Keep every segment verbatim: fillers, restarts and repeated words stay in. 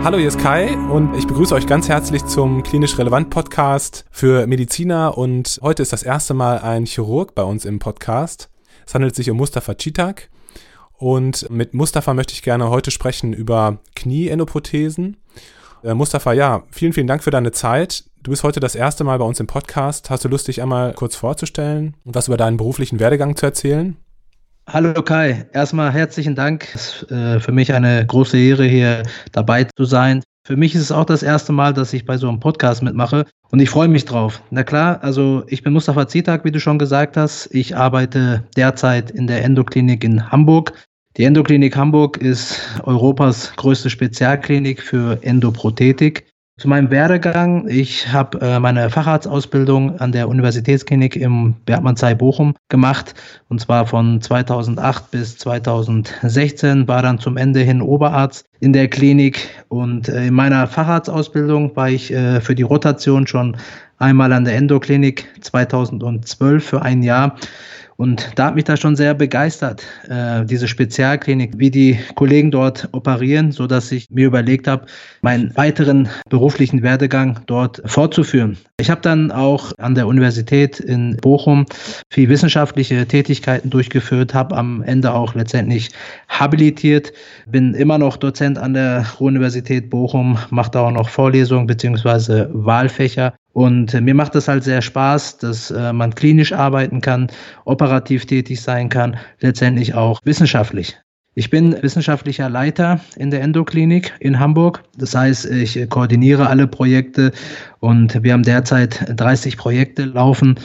Hallo, hier ist Kai und ich begrüße euch ganz herzlich zum Klinisch Relevant Podcast für Mediziner und heute ist das erste Mal ein Chirurg bei uns im Podcast. Es handelt sich um Mustafa Citak und mit Mustafa möchte ich gerne heute sprechen über Knieendoprothesen. Äh, Mustafa, ja, vielen, vielen Dank für deine Zeit. Du bist heute das erste Mal bei uns im Podcast. Hast du Lust, dich einmal kurz vorzustellen und was über deinen beruflichen Werdegang zu erzählen? Hallo Kai, erstmal herzlichen Dank. Es ist äh, für mich eine große Ehre, hier dabei zu sein. Für mich ist es auch das erste Mal, dass ich bei so einem Podcast mitmache und ich freue mich drauf. Na klar, also ich bin Mustafa Citak, wie du schon gesagt hast. Ich arbeite derzeit in der Endoklinik in Hamburg. Die Endoklinik Hamburg ist Europas größte Spezialklinik für Endoprothetik. Zu meinem Werdegang, ich habe äh, meine Facharztausbildung an der Universitätsklinik im Bergmannsheil Bochum gemacht und zwar von zweitausendacht bis zweitausendsechzehn, war dann zum Ende hin Oberarzt in der Klinik und äh, in meiner Facharztausbildung war ich äh, für die Rotation schon einmal an der Endoklinik zweitausendzwölf für ein Jahr. Und da hat mich das schon sehr begeistert, äh, diese Spezialklinik, wie die Kollegen dort operieren, so dass ich mir überlegt habe, meinen weiteren beruflichen Werdegang dort fortzuführen. Ich habe dann auch an der Universität in Bochum viel wissenschaftliche Tätigkeiten durchgeführt, habe am Ende auch letztendlich habilitiert, bin immer noch Dozent an der Ruhr-Universität Bochum, mache da auch noch Vorlesungen bzw. Wahlfächer. Und mir macht es halt sehr Spaß, dass äh, man klinisch arbeiten kann, operativ tätig sein kann, letztendlich auch wissenschaftlich. Ich bin wissenschaftlicher Leiter in der Endoklinik in Hamburg. Das heißt, ich koordiniere alle Projekte und wir haben derzeit dreißig Projekte laufen.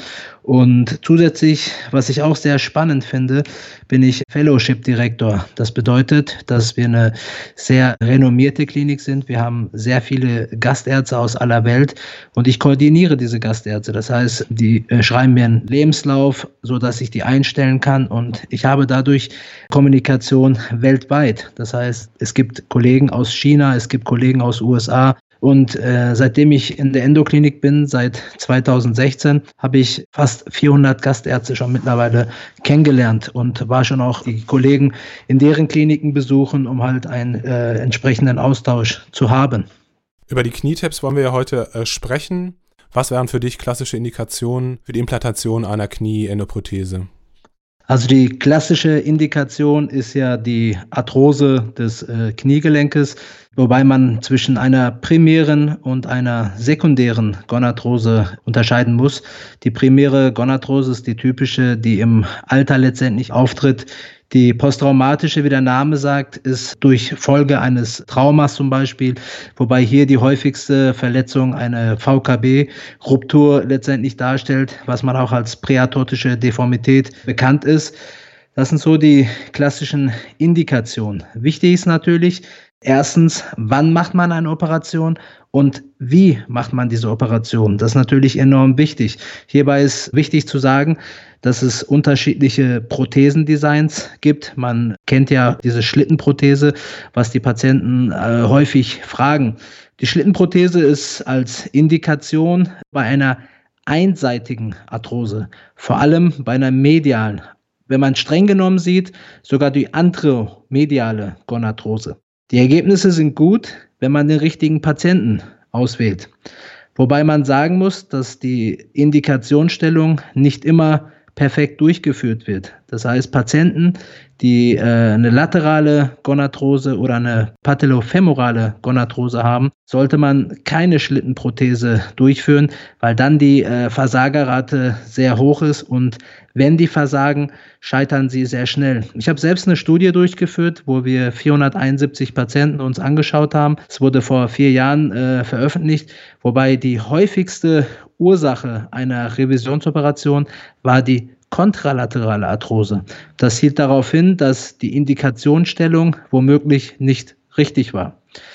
Und zusätzlich, was ich auch sehr spannend finde, bin ich Fellowship-Direktor. Das bedeutet, dass wir eine sehr renommierte Klinik sind. Wir haben sehr viele Gastärzte aus aller Welt und ich koordiniere diese Gastärzte. Das heißt, die schreiben mir einen Lebenslauf, sodass ich die einstellen kann und ich habe dadurch Kommunikation weltweit. Das heißt, es gibt Kollegen aus China, es gibt Kollegen aus U S A. Und äh, seitdem ich in der Endoklinik bin, seit zweitausendsechzehn, habe ich fast vierhundert Gastärzte schon mittlerweile kennengelernt und war schon auch die Kollegen in deren Kliniken besuchen, um halt einen äh, entsprechenden Austausch zu haben. Über die Knietips wollen wir ja heute äh, sprechen. Was wären für dich klassische Indikationen für die Implantation einer Knieendoprothese? Also die klassische Indikation ist ja die Arthrose des äh, Kniegelenkes, wobei man zwischen einer primären und einer sekundären Gonarthrose unterscheiden muss. Die primäre Gonarthrose ist die typische, die im Alter letztendlich auftritt. Die posttraumatische, wie der Name sagt, ist durch Folge eines Traumas zum Beispiel, wobei hier die häufigste Verletzung eine V K B-Ruptur letztendlich darstellt, was man auch als präarthrotische Deformität bekannt ist. Das sind so die klassischen Indikationen. Wichtig ist natürlich, erstens, wann macht man eine Operation und wie macht man diese Operation? Das ist natürlich enorm wichtig. Hierbei ist wichtig zu sagen, dass es unterschiedliche Prothesendesigns gibt. Man kennt ja diese Schlittenprothese, was die Patienten äh, häufig fragen. Die Schlittenprothese ist als Indikation bei einer einseitigen Arthrose, vor allem bei einer medialen, wenn man streng genommen sieht, sogar die anteromediale Gonarthrose. Die Ergebnisse sind gut, wenn man den richtigen Patienten auswählt. Wobei man sagen muss, dass die Indikationsstellung nicht immer perfekt durchgeführt wird. Das heißt, Patienten, die äh, eine laterale Gonarthrose oder eine patellofemorale Gonarthrose haben, sollte man keine Schlittenprothese durchführen, weil dann die äh, Versagerrate sehr hoch ist und wenn die versagen, scheitern sie sehr schnell. Ich habe selbst eine Studie durchgeführt, wo wir vierhunderteinundsiebzig Patienten uns angeschaut haben. Es wurde vor vier Jahren äh, veröffentlicht, wobei die häufigste Ursache einer Revisionsoperation war die kontralaterale Arthrose. Das hielt darauf hin, dass die Indikationsstellung womöglich nicht richtig war.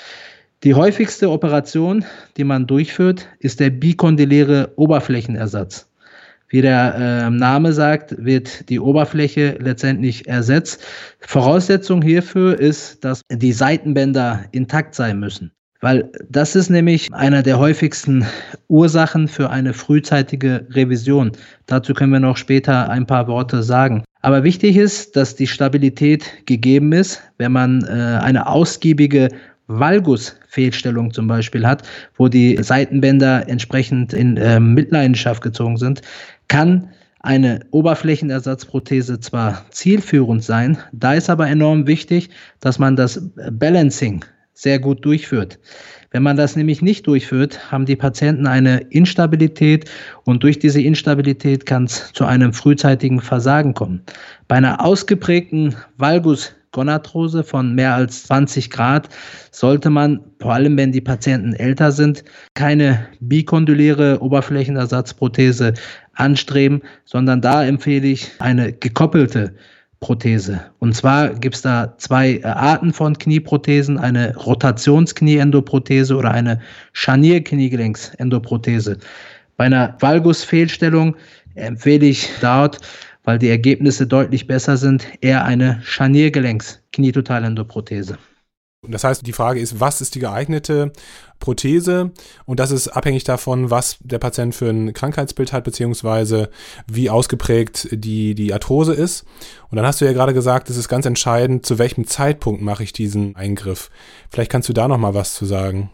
Die häufigste Operation, die man durchführt, ist der bikondyläre Oberflächenersatz. Wie der äh, Name sagt, wird die Oberfläche letztendlich ersetzt. Voraussetzung hierfür ist, dass die Seitenbänder intakt sein müssen. Weil das ist nämlich einer der häufigsten Ursachen für eine frühzeitige Revision. Dazu können wir noch später ein paar Worte sagen. Aber wichtig ist, dass die Stabilität gegeben ist, wenn man äh, eine ausgiebige Valgusfehlstellung zum Beispiel hat, wo die Seitenbänder entsprechend in äh, Mitleidenschaft gezogen sind, kann eine Oberflächenersatzprothese zwar zielführend sein, da ist aber enorm wichtig, dass man das Balancing sehr gut durchführt. Wenn man das nämlich nicht durchführt, haben die Patienten eine Instabilität und durch diese Instabilität kann es zu einem frühzeitigen Versagen kommen. Bei einer ausgeprägten Valgus-Gonarthrose von mehr als zwanzig Grad sollte man, vor allem wenn die Patienten älter sind, keine bikondyläre Oberflächenersatzprothese anstreben, sondern da empfehle ich eine gekoppelte Prothese. Und zwar gibt es da zwei Arten von Knieprothesen, eine Rotationsknieendoprothese oder eine Scharnier-Kniegelenksendoprothese. Bei einer Valgusfehlstellung empfehle ich dort, weil die Ergebnisse deutlich besser sind, eher eine Scharniergelenks-Knietotalendoprothese. Das heißt, die Frage ist, was ist die geeignete Prothese? Und das ist abhängig davon, was der Patient für ein Krankheitsbild hat, beziehungsweise wie ausgeprägt die, die Arthrose ist. Und dann hast du ja gerade gesagt, es ist ganz entscheidend, zu welchem Zeitpunkt mache ich diesen Eingriff. Vielleicht kannst du da noch mal was zu sagen.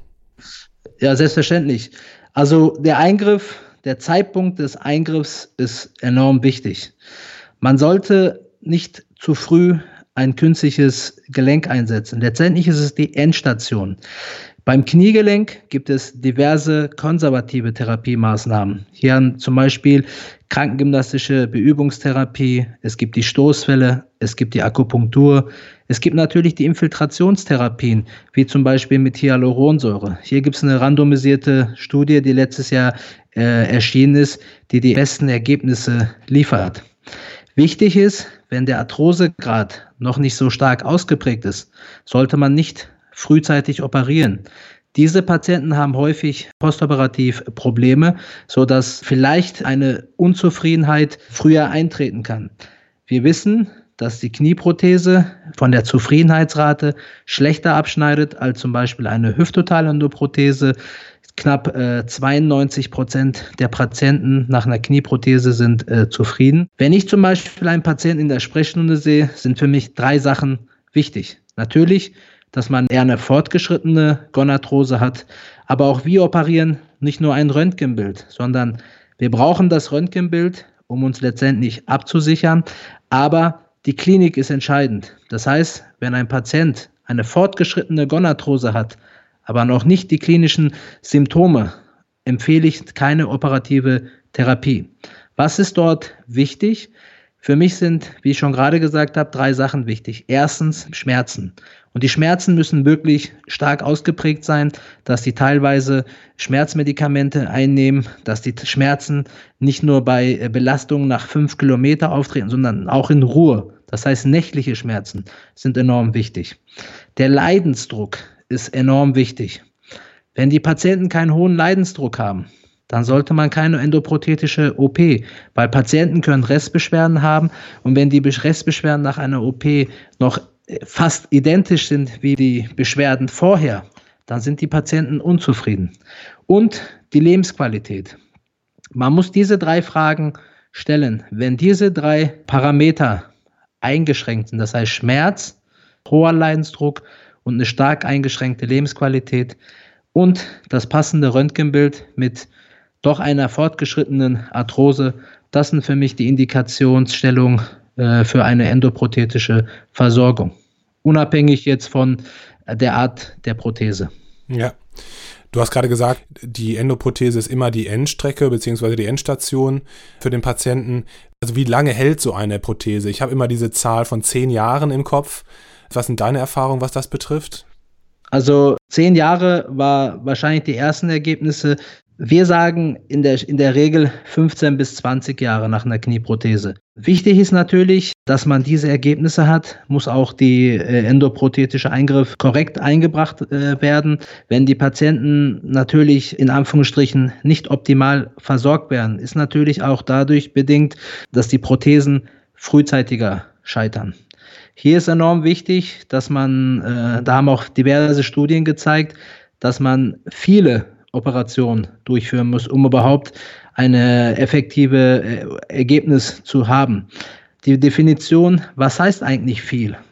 Ja, selbstverständlich. Also der Eingriff, der Zeitpunkt des Eingriffs ist enorm wichtig. Man sollte nicht zu früh ein künstliches Gelenk einsetzen. Letztendlich ist es die Endstation. Beim Kniegelenk gibt es diverse konservative Therapiemaßnahmen. Hier haben zum Beispiel krankengymnastische Beübungstherapie, es gibt die Stoßwelle, es gibt die Akupunktur, es gibt natürlich die Infiltrationstherapien, wie zum Beispiel mit Hyaluronsäure. Hier gibt es eine randomisierte Studie, die letztes Jahr äh, erschienen ist, die die besten Ergebnisse liefert. Wichtig ist, wenn der Arthrosegrad noch nicht so stark ausgeprägt ist, sollte man nicht frühzeitig operieren. Diese Patienten haben häufig postoperativ Probleme, sodass vielleicht eine Unzufriedenheit früher eintreten kann. Wir wissen, dass die Knieprothese von der Zufriedenheitsrate schlechter abschneidet als zum Beispiel eine Hüfttotalendoprothese. Knapp äh, zweiundneunzig Prozent der Patienten nach einer Knieprothese sind äh, zufrieden. Wenn ich zum Beispiel einen Patienten in der Sprechstunde sehe, sind für mich drei Sachen wichtig. Natürlich, dass man eher eine fortgeschrittene Gonarthrose hat, aber auch wir operieren nicht nur ein Röntgenbild, sondern wir brauchen das Röntgenbild, um uns letztendlich abzusichern, aber die Klinik ist entscheidend. Das heißt, wenn ein Patient eine fortgeschrittene Gonarthrose hat, aber noch nicht die klinischen Symptome, empfehle ich keine operative Therapie. Was ist dort wichtig? Für mich sind, wie ich schon gerade gesagt habe, drei Sachen wichtig. Erstens Schmerzen. Und die Schmerzen müssen wirklich stark ausgeprägt sein, dass die teilweise Schmerzmedikamente einnehmen, dass die Schmerzen nicht nur bei Belastungen nach fünf Kilometer auftreten, sondern auch in Ruhe. Das heißt, nächtliche Schmerzen sind enorm wichtig. Der Leidensdruck ist enorm wichtig. Wenn die Patienten keinen hohen Leidensdruck haben, dann sollte man keine endoprothetische O P, weil Patienten können Restbeschwerden haben und wenn die Restbeschwerden nach einer O P noch fast identisch sind wie die Beschwerden vorher, dann sind die Patienten unzufrieden. Und die Lebensqualität. Man muss diese drei Fragen stellen. Wenn diese drei Parameter eingeschränkt sind, das heißt Schmerz, hoher Leidensdruck und eine stark eingeschränkte Lebensqualität und das passende Röntgenbild mit doch einer fortgeschrittenen Arthrose, das sind für mich die Indikationsstellung äh, für eine endoprothetische Versorgung. Unabhängig jetzt von der Art der Prothese. Ja, du hast gerade gesagt, die Endoprothese ist immer die Endstrecke bzw. die Endstation für den Patienten. Also wie lange hält so eine Prothese? Ich habe immer diese Zahl von zehn Jahren im Kopf. Was sind deine Erfahrungen, was das betrifft? Also zehn Jahre war wahrscheinlich die ersten Ergebnisse. Wir sagen in der, in der Regel fünfzehn bis zwanzig Jahre nach einer Knieprothese. Wichtig ist natürlich, dass man diese Ergebnisse hat, muss auch die äh, endoprothetische Eingriff korrekt eingebracht äh, werden. Wenn die Patienten natürlich in Anführungsstrichen nicht optimal versorgt werden, ist natürlich auch dadurch bedingt, dass die Prothesen frühzeitiger scheitern. Hier ist enorm wichtig, dass man, äh, da haben auch diverse Studien gezeigt, dass man viele Operationen durchführen muss, um überhaupt eine effektive äh, Ergebnis zu haben. Die Definition, was heißt eigentlich viel?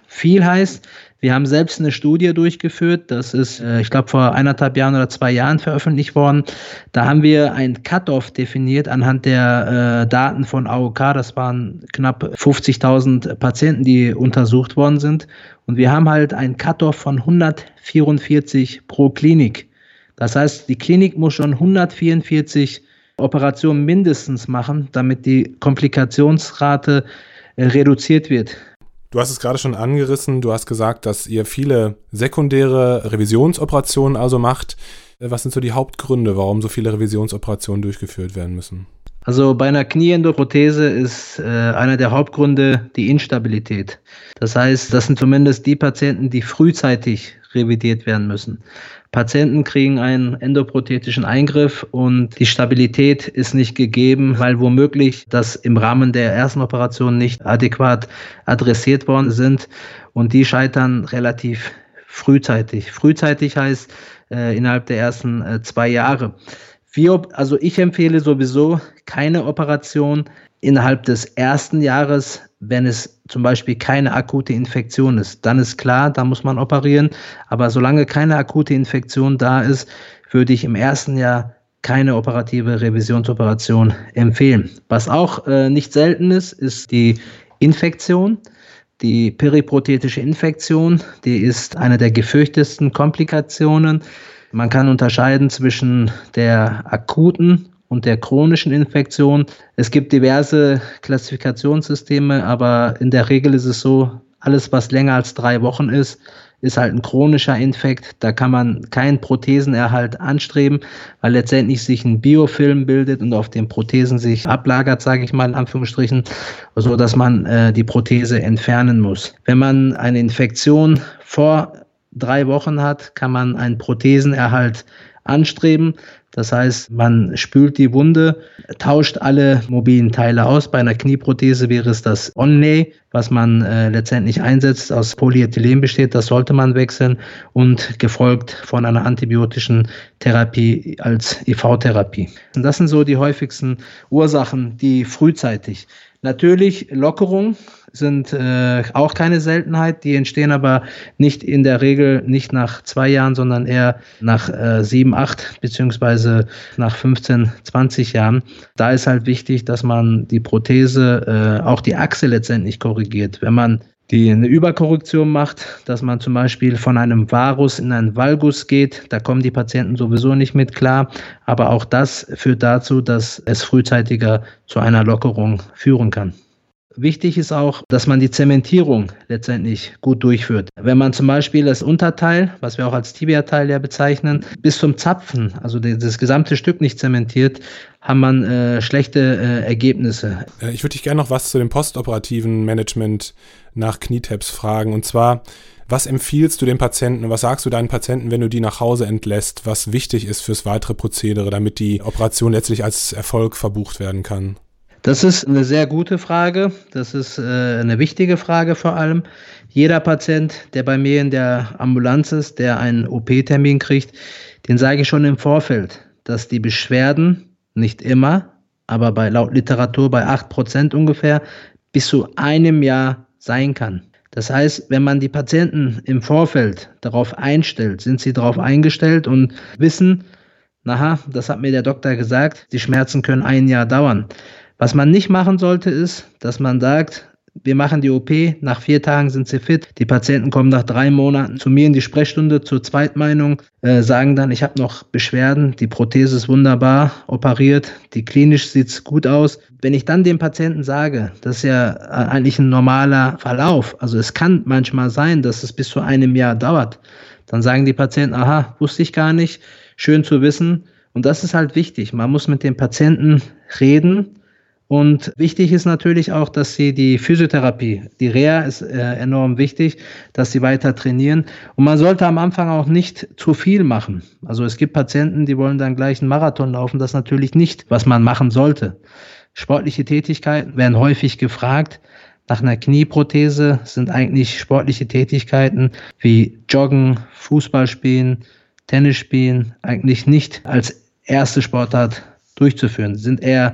viel heißt, wir haben selbst eine Studie durchgeführt, das ist, ich glaube, vor eineinhalb Jahren oder zwei Jahren veröffentlicht worden. Da haben wir ein Cut-off definiert anhand der äh, Daten von A O K, das waren knapp fünfzigtausend Patienten, die untersucht worden sind. Und wir haben halt ein Cut-off von hundertvierundvierzig pro Klinik. Das heißt, die Klinik muss schon hundertvierundvierzig Operationen mindestens machen, damit die Komplikationsrate äh, reduziert wird. Du hast es gerade schon angerissen, du hast gesagt, dass ihr viele sekundäre Revisionsoperationen also macht. Was sind so die Hauptgründe, warum so viele Revisionsoperationen durchgeführt werden müssen? Also bei einer Knieendoprothese ist äh, einer der Hauptgründe die Instabilität. Das heißt, das sind zumindest die Patienten, die frühzeitig revidiert werden müssen. Patienten kriegen einen endoprothetischen Eingriff und die Stabilität ist nicht gegeben, weil womöglich das im Rahmen der ersten Operation nicht adäquat adressiert worden sind und die scheitern relativ frühzeitig. Frühzeitig heißt äh, innerhalb der ersten äh, zwei Jahre. Wir, also ich empfehle sowieso keine Operation innerhalb des ersten Jahres, wenn es zum Beispiel keine akute Infektion ist. Dann ist klar, da muss man operieren. Aber solange keine akute Infektion da ist, würde ich im ersten Jahr keine operative Revisionsoperation empfehlen. Was auch äh, nicht selten ist, ist die Infektion. Die periprothetische Infektion, die ist eine der gefürchtetsten Komplikationen. Man kann unterscheiden zwischen der akuten und der chronischen Infektion. Es gibt diverse Klassifikationssysteme, aber in der Regel ist es so, alles, was länger als drei Wochen ist, ist halt ein chronischer Infekt. Da kann man keinen Prothesenerhalt anstreben, weil letztendlich sich ein Biofilm bildet und auf den Prothesen sich ablagert, sage ich mal in Anführungsstrichen, so dass man äh, die Prothese entfernen muss. Wenn man eine Infektion vor drei Wochen hat, kann man einen Prothesenerhalt anstreben. Das heißt, man spült die Wunde, tauscht alle mobilen Teile aus. Bei einer Knieprothese wäre es das Onlay, was man äh, letztendlich einsetzt, aus Polyethylen besteht. Das sollte man wechseln und gefolgt von einer antibiotischen Therapie als I V-Therapie. Und das sind so die häufigsten Ursachen, die frühzeitig. Natürlich Lockerung sind äh, auch keine Seltenheit, die entstehen aber nicht in der Regel nicht nach zwei Jahren, sondern eher nach äh, sieben, acht beziehungsweise nach fünfzehn, zwanzig Jahren. Da ist halt wichtig, dass man die Prothese, äh, auch die Achse letztendlich korrigiert. Wenn man die eine Überkorrektion macht, dass man zum Beispiel von einem Varus in einen Valgus geht, da kommen die Patienten sowieso nicht mit klar, aber auch das führt dazu, dass es frühzeitiger zu einer Lockerung führen kann. Wichtig ist auch, dass man die Zementierung letztendlich gut durchführt. Wenn man zum Beispiel das Unterteil, was wir auch als Tibia-Teil ja bezeichnen, bis zum Zapfen, also das gesamte Stück nicht zementiert, haben man äh, schlechte äh, Ergebnisse. Ich würde dich gerne noch was zu dem postoperativen Management nach Knietabs fragen. Und zwar, was empfiehlst du den Patienten und was sagst du deinen Patienten, wenn du die nach Hause entlässt, was wichtig ist fürs weitere Prozedere, damit die Operation letztlich als Erfolg verbucht werden kann? Das ist eine sehr gute Frage. Das ist äh, eine wichtige Frage vor allem. Jeder Patient, der bei mir in der Ambulanz ist, der einen O P-Termin kriegt, den sage ich schon im Vorfeld, dass die Beschwerden nicht immer, aber bei laut Literatur bei acht Prozent ungefähr bis zu einem Jahr sein kann. Das heißt, wenn man die Patienten im Vorfeld darauf einstellt, sind sie darauf eingestellt und wissen, naja, das hat mir der Doktor gesagt, die Schmerzen können ein Jahr dauern. Was man nicht machen sollte, ist, dass man sagt, wir machen die O P, nach vier Tagen sind sie fit. Die Patienten kommen nach drei Monaten zu mir in die Sprechstunde zur Zweitmeinung, äh, sagen dann, ich habe noch Beschwerden, die Prothese ist wunderbar operiert, die klinisch sieht es gut aus. Wenn ich dann dem Patienten sage, das ist ja eigentlich ein normaler Verlauf, also es kann manchmal sein, dass es bis zu einem Jahr dauert, dann sagen die Patienten, aha, wusste ich gar nicht, schön zu wissen. Und das ist halt wichtig, man muss mit dem Patienten reden. Und wichtig ist natürlich auch, dass sie die Physiotherapie, die Reha ist äh, enorm wichtig, dass sie weiter trainieren. Und man sollte am Anfang auch nicht zu viel machen. Also es gibt Patienten, die wollen dann gleich einen Marathon laufen. Das ist natürlich nicht, was man machen sollte. Sportliche Tätigkeiten werden häufig gefragt. Nach einer Knieprothese sind eigentlich sportliche Tätigkeiten wie Joggen, Fußball spielen, Tennis spielen eigentlich nicht als erste Sportart durchzuführen. Sind eher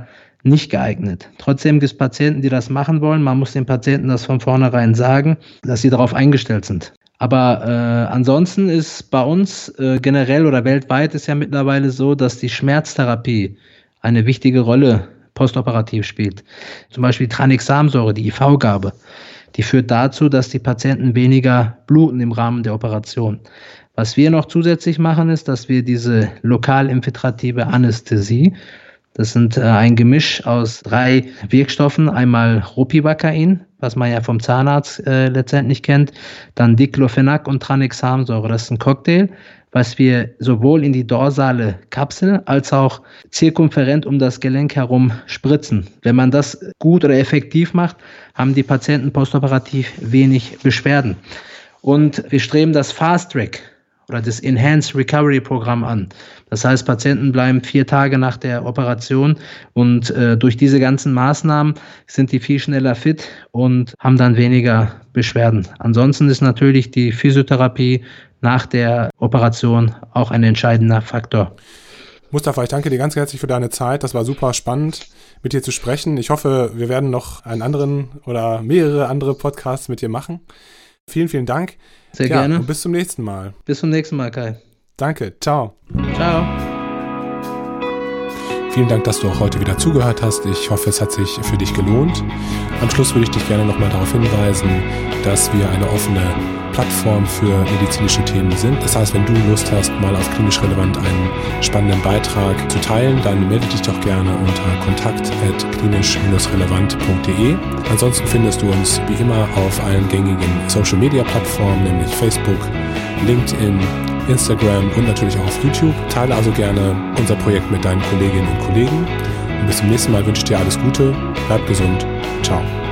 nicht geeignet. Trotzdem gibt es Patienten, die das machen wollen. Man muss den Patienten das von vornherein sagen, dass sie darauf eingestellt sind. Aber äh, ansonsten ist bei uns äh, generell oder weltweit ist ja mittlerweile so, dass die Schmerztherapie eine wichtige Rolle postoperativ spielt. Zum Beispiel Tranexamsäure, die I V-Gabe, die führt dazu, dass die Patienten weniger bluten im Rahmen der Operation. Was wir noch zusätzlich machen, ist, dass wir diese lokal-infiltrative Anästhesie, das sind äh, ein Gemisch aus drei Wirkstoffen, einmal Ropivacain, was man ja vom Zahnarzt äh, letztendlich kennt, dann Diclofenac und Tranexamsäure. Das ist ein Cocktail, was wir sowohl in die dorsale Kapsel als auch zirkumferent um das Gelenk herum spritzen. Wenn man das gut oder effektiv macht, haben die Patienten postoperativ wenig Beschwerden. Und wir streben das Fast Track oder das Enhanced Recovery Programm an. Das heißt, Patienten bleiben vier Tage nach der Operation und äh, durch diese ganzen Maßnahmen sind die viel schneller fit und haben dann weniger Beschwerden. Ansonsten ist natürlich die Physiotherapie nach der Operation auch ein entscheidender Faktor. Mustafa, ich danke dir ganz herzlich für deine Zeit. Das war super spannend, mit dir zu sprechen. Ich hoffe, wir werden noch einen anderen oder mehrere andere Podcasts mit dir machen. Vielen, vielen Dank. Sehr ja, gerne. Und bis zum nächsten Mal. Bis zum nächsten Mal, Kai. Danke. Ciao. Ciao. Vielen Dank, dass du auch heute wieder zugehört hast. Ich hoffe, es hat sich für dich gelohnt. Am Schluss würde ich dich gerne nochmal darauf hinweisen, dass wir eine offene Plattform für medizinische Themen sind. Das heißt, wenn du Lust hast, mal auf Klinisch Relevant einen spannenden Beitrag zu teilen, dann melde dich doch gerne unter kontakt at klinisch relevant punkt de. Ansonsten findest du uns wie immer auf allen gängigen Social-Media-Plattformen, nämlich Facebook, LinkedIn, Instagram und natürlich auch auf YouTube. Teile also gerne unser Projekt mit deinen Kolleginnen und Kollegen. Und bis zum nächsten Mal wünsche ich dir alles Gute. Bleib gesund. Ciao.